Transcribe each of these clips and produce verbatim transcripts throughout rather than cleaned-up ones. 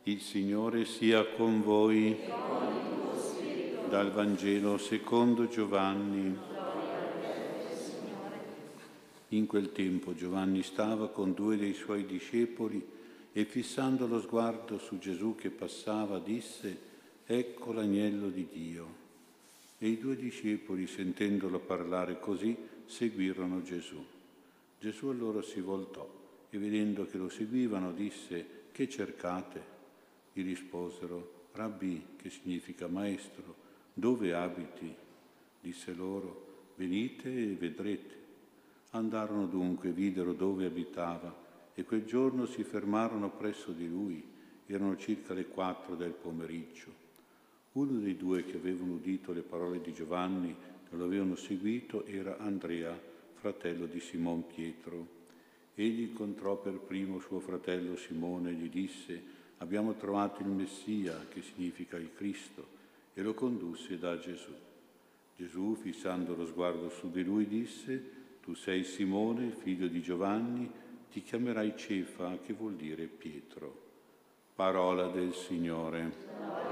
Il Signore sia con voi. Dal Vangelo secondo Giovanni. In quel tempo Giovanni stava con due dei suoi discepoli e fissando lo sguardo su Gesù che passava disse: «Ecco l'agnello di Dio». E i due discepoli, sentendolo parlare così, seguirono Gesù. Gesù allora si voltò e vedendo che lo seguivano disse: «Che cercate?» Gli risposero: «Rabbì», che significa maestro, «dove abiti?» Disse loro: «Venite e vedrete». Andarono dunque, videro dove abitava e quel giorno si fermarono presso di lui. Erano circa le quattro del pomeriggio. Uno dei due che avevano udito le parole di Giovanni e lo avevano seguito era Andrea, fratello di Simon Pietro. Egli incontrò per primo suo fratello Simone e gli disse: «Abbiamo trovato il Messia», che significa il Cristo, e lo condusse da Gesù. Gesù, fissando lo sguardo su di lui, disse: «Tu sei Simone, figlio di Giovanni, ti chiamerai Cefa», che vuol dire Pietro. Parola del Signore.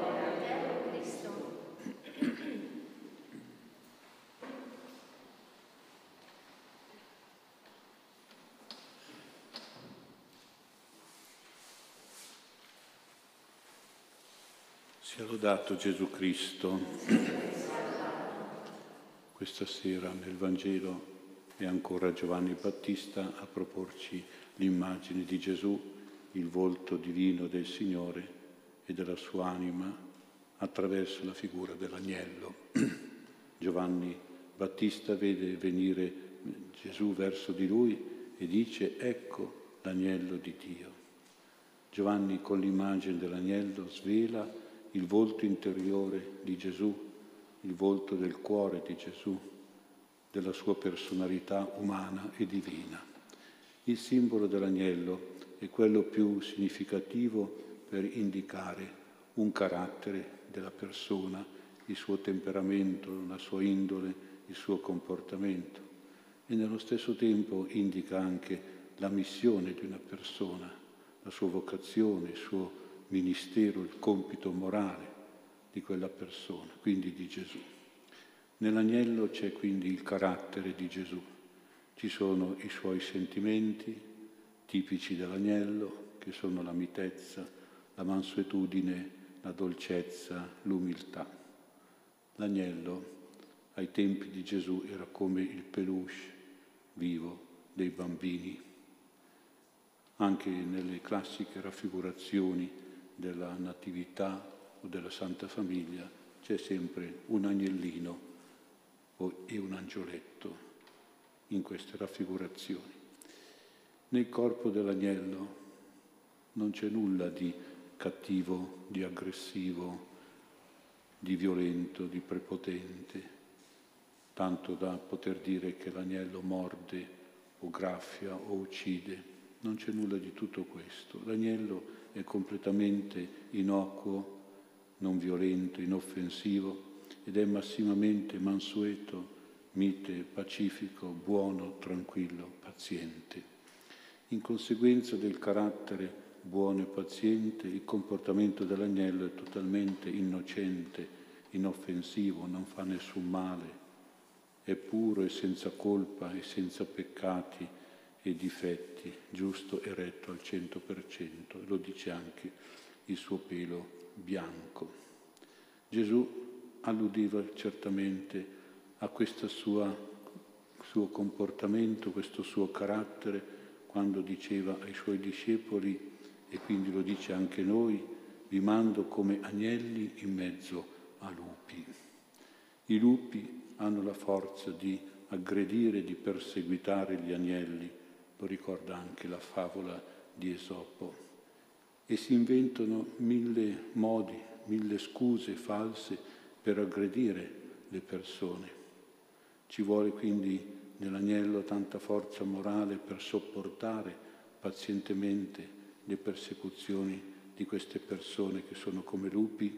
Sia lodato Gesù Cristo. Questa sera nel Vangelo è ancora Giovanni Battista a proporci l'immagine di Gesù, il volto divino del Signore e della sua anima attraverso la figura dell'agnello. Giovanni Battista vede venire Gesù verso di lui e dice: «Ecco l'agnello di Dio». Giovanni con l'immagine dell'agnello svela il volto interiore di Gesù, il volto del cuore di Gesù, della sua personalità umana e divina. Il simbolo dell'agnello è quello più significativo per indicare un carattere della persona, il suo temperamento, la sua indole, il suo comportamento, e nello stesso tempo indica anche la missione di una persona, la sua vocazione, il suo ministero, il compito morale di quella persona, quindi di Gesù. Nell'agnello c'è quindi il carattere di Gesù, ci sono i suoi sentimenti tipici dell'agnello, che sono la mitezza, la mansuetudine, la dolcezza, l'umiltà. L'agnello ai tempi di Gesù era come il peluche vivo dei bambini. Anche nelle classiche raffigurazioni della Natività o della Santa Famiglia c'è sempre un agnellino e un angioletto in queste raffigurazioni. Nel corpo dell'agnello non c'è nulla di cattivo, di aggressivo, di violento, di prepotente, tanto da poter dire che l'agnello morde o graffia o uccide. Non c'è nulla di tutto questo. L'agnello è completamente innocuo, non violento, inoffensivo ed è massimamente mansueto, mite, pacifico, buono, tranquillo, paziente. In conseguenza del carattere buono e paziente, il comportamento dell'agnello è totalmente innocente, inoffensivo, non fa nessun male, è puro e senza colpa e senza peccati e difetti, giusto e retto al cento per cento, lo dice anche il suo pelo bianco. Gesù alludiva certamente a questo sua, suo comportamento, questo suo carattere, quando diceva ai suoi discepoli, e quindi lo dice anche noi: «Vi mando come agnelli in mezzo a lupi». I lupi hanno la forza di aggredire, di perseguitare gli agnelli, lo ricorda anche la favola di Esopo, e si inventano mille modi, mille scuse false per aggredire le persone. Ci vuole quindi nell'agnello tanta forza morale per sopportare pazientemente le persecuzioni di queste persone che sono come lupi,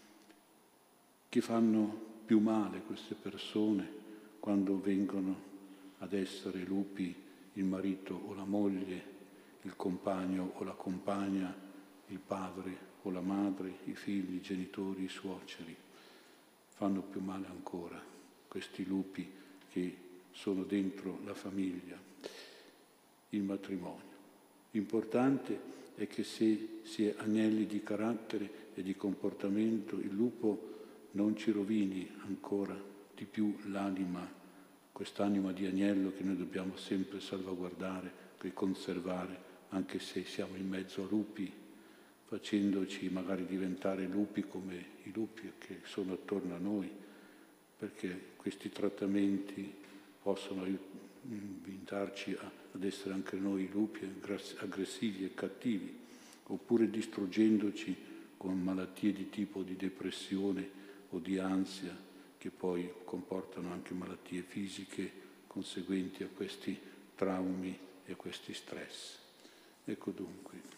che fanno più male queste persone quando vengono ad essere lupi il marito o la moglie, il compagno o la compagna, il padre o la madre, i figli, i genitori, i suoceri. Fanno più male ancora questi lupi che sono dentro la famiglia, il matrimonio. L'importante è che se si è agnelli di carattere e di comportamento, il lupo non ci rovini ancora di più l'anima, quest'anima di agnello che noi dobbiamo sempre salvaguardare e conservare, anche se siamo in mezzo a lupi, facendoci magari diventare lupi come i lupi che sono attorno a noi, perché questi trattamenti possono invitarci ad essere anche noi lupi aggressivi e cattivi, oppure distruggendoci con malattie di tipo di depressione o di ansia, che poi comportano anche malattie fisiche conseguenti a questi traumi e a questi stress. Ecco dunque.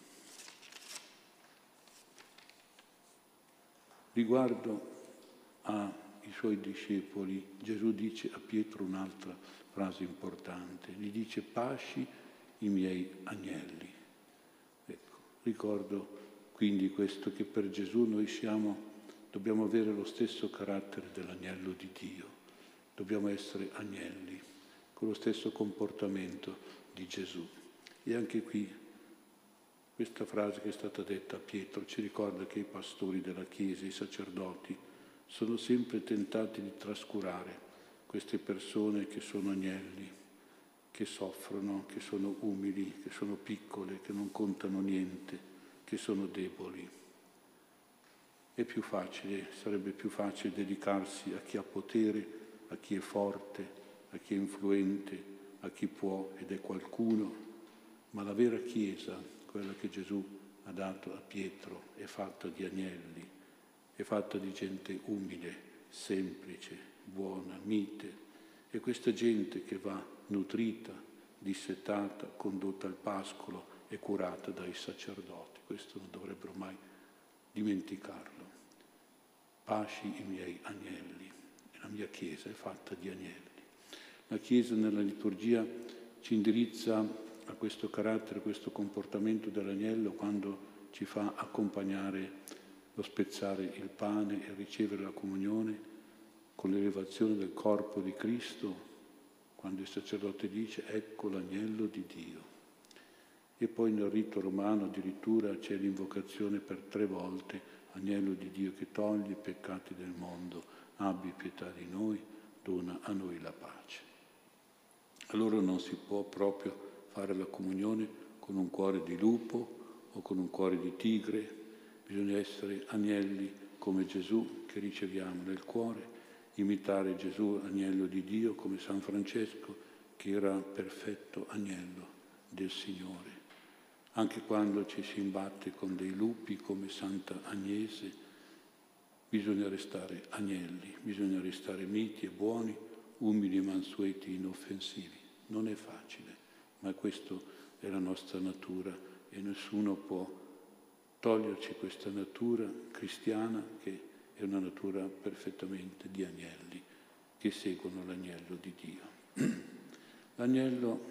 Riguardo ai suoi discepoli, Gesù dice a Pietro un'altra frase importante, gli dice: pasci i miei agnelli. Ecco, ricordo quindi questo, che per Gesù noi siamo, dobbiamo avere lo stesso carattere dell'agnello di Dio, dobbiamo essere agnelli, con lo stesso comportamento di Gesù. E anche qui questa frase che è stata detta a Pietro ci ricorda che i pastori della Chiesa, i sacerdoti, sono sempre tentati di trascurare queste persone che sono agnelli, che soffrono, che sono umili, che sono piccole, che non contano niente, che sono deboli. È più facile, sarebbe più facile dedicarsi a chi ha potere, a chi è forte, a chi è influente, a chi può ed è qualcuno, ma la vera Chiesa, quella che Gesù ha dato a Pietro, è fatta di agnelli, è fatta di gente umile, semplice, buona, mite. E questa gente che va nutrita, dissetata, condotta al pascolo e curata dai sacerdoti. Questo non dovrebbero mai dimenticarlo. Pasci i miei agnelli. La mia Chiesa è fatta di agnelli. La Chiesa nella liturgia ci indirizza a questo carattere, a questo comportamento dell'agnello quando ci fa accompagnare lo spezzare il pane e ricevere la comunione con l'elevazione del corpo di Cristo, quando il sacerdote dice: ecco l'agnello di Dio. E poi nel rito romano addirittura c'è l'invocazione per tre volte: agnello di Dio che toglie i peccati del mondo, abbi pietà di noi, dona a noi la pace. Allora non si può proprio fare la comunione con un cuore di lupo o con un cuore di tigre, bisogna essere agnelli come Gesù che riceviamo nel cuore, imitare Gesù, agnello di Dio, come San Francesco, che era perfetto agnello del Signore. Anche quando ci si imbatte con dei lupi come Santa Agnese, bisogna restare agnelli, bisogna restare miti e buoni, umili e mansueti, inoffensivi. Non è facile, ma questa è la nostra natura e nessuno può toglierci questa natura cristiana, che è una natura perfettamente di agnelli che seguono l'agnello di Dio. L'agnello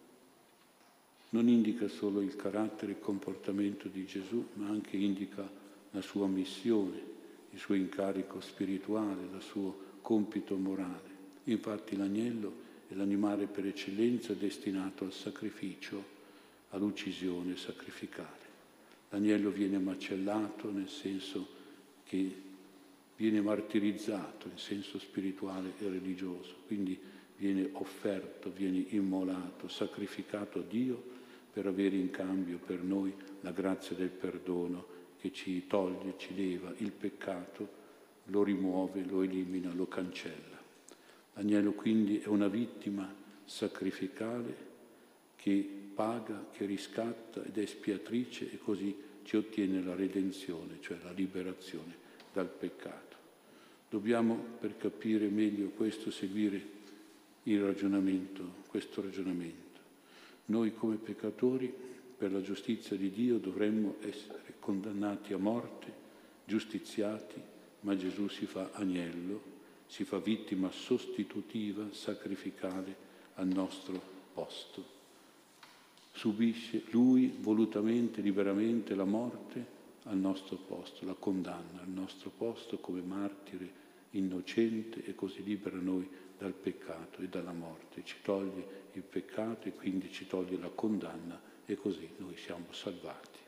non indica solo il carattere e il comportamento di Gesù, ma anche indica la sua missione, il suo incarico spirituale, il suo compito morale. Infatti l'agnello è l'animale per eccellenza destinato al sacrificio, all'uccisione sacrificale. L'agnello viene macellato nel senso che viene martirizzato in senso spirituale e religioso, quindi viene offerto, viene immolato, sacrificato a Dio per avere in cambio per noi la grazia del perdono che ci toglie, ci leva il peccato, lo rimuove, lo elimina, lo cancella. L'agnello quindi è una vittima sacrificale che paga, che riscatta ed è espiatrice e così ci ottiene la redenzione, cioè la liberazione dal peccato. Dobbiamo, per capire meglio questo, seguire il ragionamento, questo ragionamento. Noi come peccatori, per la giustizia di Dio, dovremmo essere condannati a morte, giustiziati, ma Gesù si fa agnello, si fa vittima sostitutiva, sacrificale al nostro posto. Subisce lui volutamente, liberamente la morte al nostro posto, la condanna al nostro posto come martire innocente, e così libera noi dal peccato e dalla morte. Ci toglie il peccato e quindi ci toglie la condanna, e così noi siamo salvati.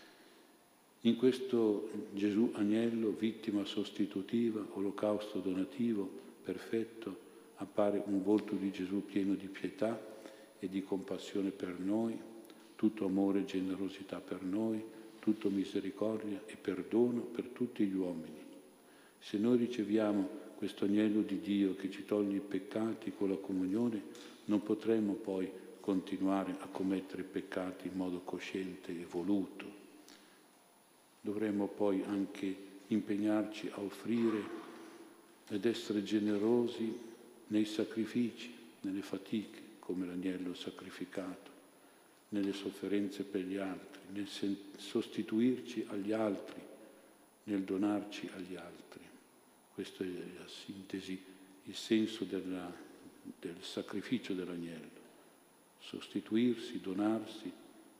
In questo Gesù agnello, vittima sostitutiva, olocausto donativo, perfetto, appare un volto di Gesù pieno di pietà e di compassione per noi, tutto amore e generosità per noi, tutto misericordia e perdono per tutti gli uomini. Se noi riceviamo questo agnello di Dio che ci toglie i peccati con la comunione, non potremo poi continuare a commettere peccati in modo cosciente e voluto. Dovremmo poi anche impegnarci a offrire ed essere generosi nei sacrifici, nelle fatiche, come l'agnello sacrificato, nelle sofferenze per gli altri, nel sostituirci agli altri, nel donarci agli altri. Questa è la sintesi, il senso della, del sacrificio dell'agnello. Sostituirsi, donarsi,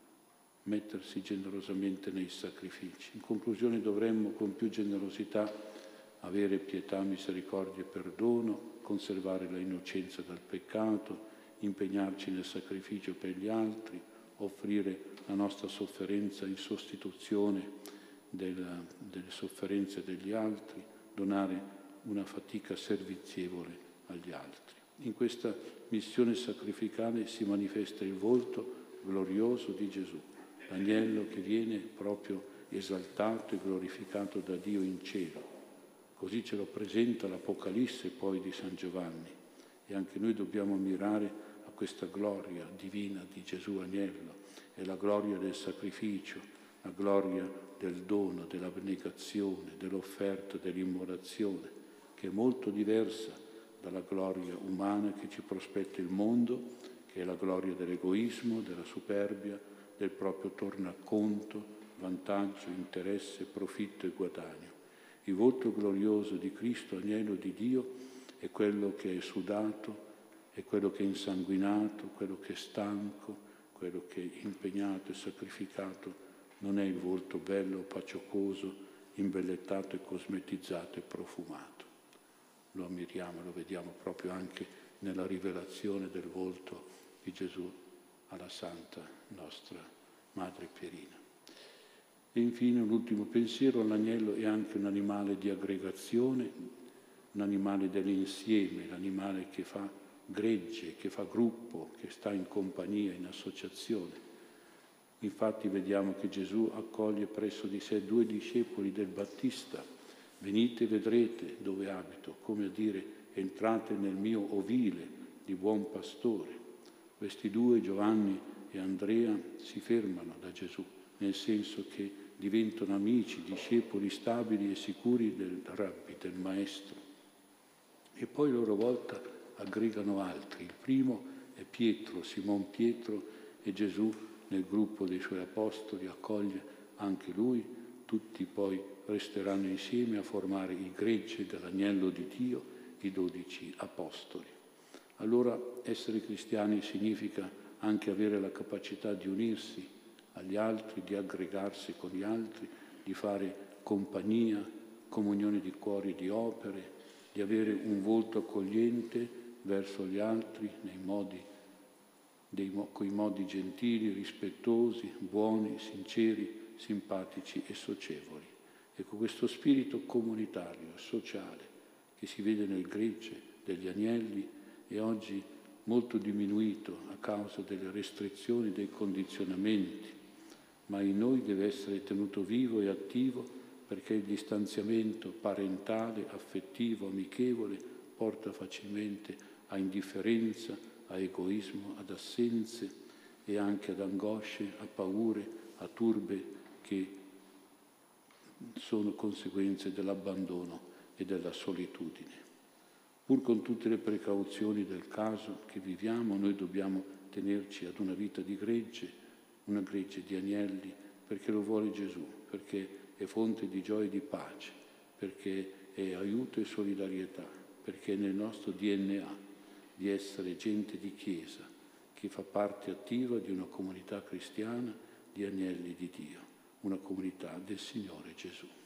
mettersi generosamente nei sacrifici. In conclusione dovremmo con più generosità avere pietà, misericordia e perdono, conservare la innocenza dal peccato, impegnarci nel sacrificio per gli altri, offrire la nostra sofferenza in sostituzione della, delle sofferenze degli altri, donare una fatica servizievole agli altri. In questa missione sacrificale si manifesta il volto glorioso di Gesù, l'agnello che viene proprio esaltato e glorificato da Dio in cielo. Così ce lo presenta l'Apocalisse poi di San Giovanni, e anche noi dobbiamo mirare a questa gloria divina di Gesù agnello, è la gloria del sacrificio, la gloria del dono, dell'abnegazione, dell'offerta, dell'immolazione, che è molto diversa dalla gloria umana che ci prospetta il mondo, che è la gloria dell'egoismo, della superbia, del proprio tornaconto, vantaggio, interesse, profitto e guadagno. Il volto glorioso di Cristo, agnello di Dio, è quello che è sudato, è quello che è insanguinato, quello che è stanco, quello che è impegnato e sacrificato. Non è il volto bello, paciocoso, imbellettato e cosmetizzato e profumato. Lo ammiriamo, lo vediamo proprio anche nella rivelazione del volto di Gesù alla Santa nostra Madre Pierina. E infine un ultimo pensiero: l'agnello è anche un animale di aggregazione, un animale dell'insieme, l'animale che fa gregge, che fa gruppo, che sta in compagnia, in associazione. Infatti vediamo che Gesù accoglie presso di sé due discepoli del Battista: venite e vedrete dove abito, come a dire entrate nel mio ovile di buon pastore. Questi due, Giovanni e Andrea, si fermano da Gesù, nel senso che diventano amici, discepoli stabili e sicuri del Rabbi, del Maestro. E poi a loro volta aggregano altri. Il primo è Pietro, Simon Pietro, e Gesù nel gruppo dei suoi apostoli accoglie anche lui. Tutti poi resteranno insieme a formare il gregge dell'agnello di Dio, i dodici apostoli. Allora essere cristiani significa anche avere la capacità di unirsi agli altri, di aggregarsi con gli altri, di fare compagnia, comunione di cuori e di opere, di avere un volto accogliente verso gli altri nei modi, dei, coi modi gentili, rispettosi, buoni, sinceri, simpatici e socievoli. Ecco, questo spirito comunitario, sociale, che si vede nel gregge degli agnelli, è oggi molto diminuito a causa delle restrizioni, dei condizionamenti, ma in noi deve essere tenuto vivo e attivo, perché il distanziamento parentale, affettivo, amichevole porta facilmente a indifferenza, a egoismo, ad assenze e anche ad angosce, a paure, a turbe che sono conseguenze dell'abbandono e della solitudine. Pur con tutte le precauzioni del caso che viviamo, noi dobbiamo tenerci ad una vita di gregge, una gregge di agnelli, perché lo vuole Gesù, perché è fonte di gioia e di pace, perché è aiuto e solidarietà, perché è nel nostro D N A di essere gente di Chiesa, che fa parte attiva di una comunità cristiana di agnelli di Dio. una comunità del Signore Gesù.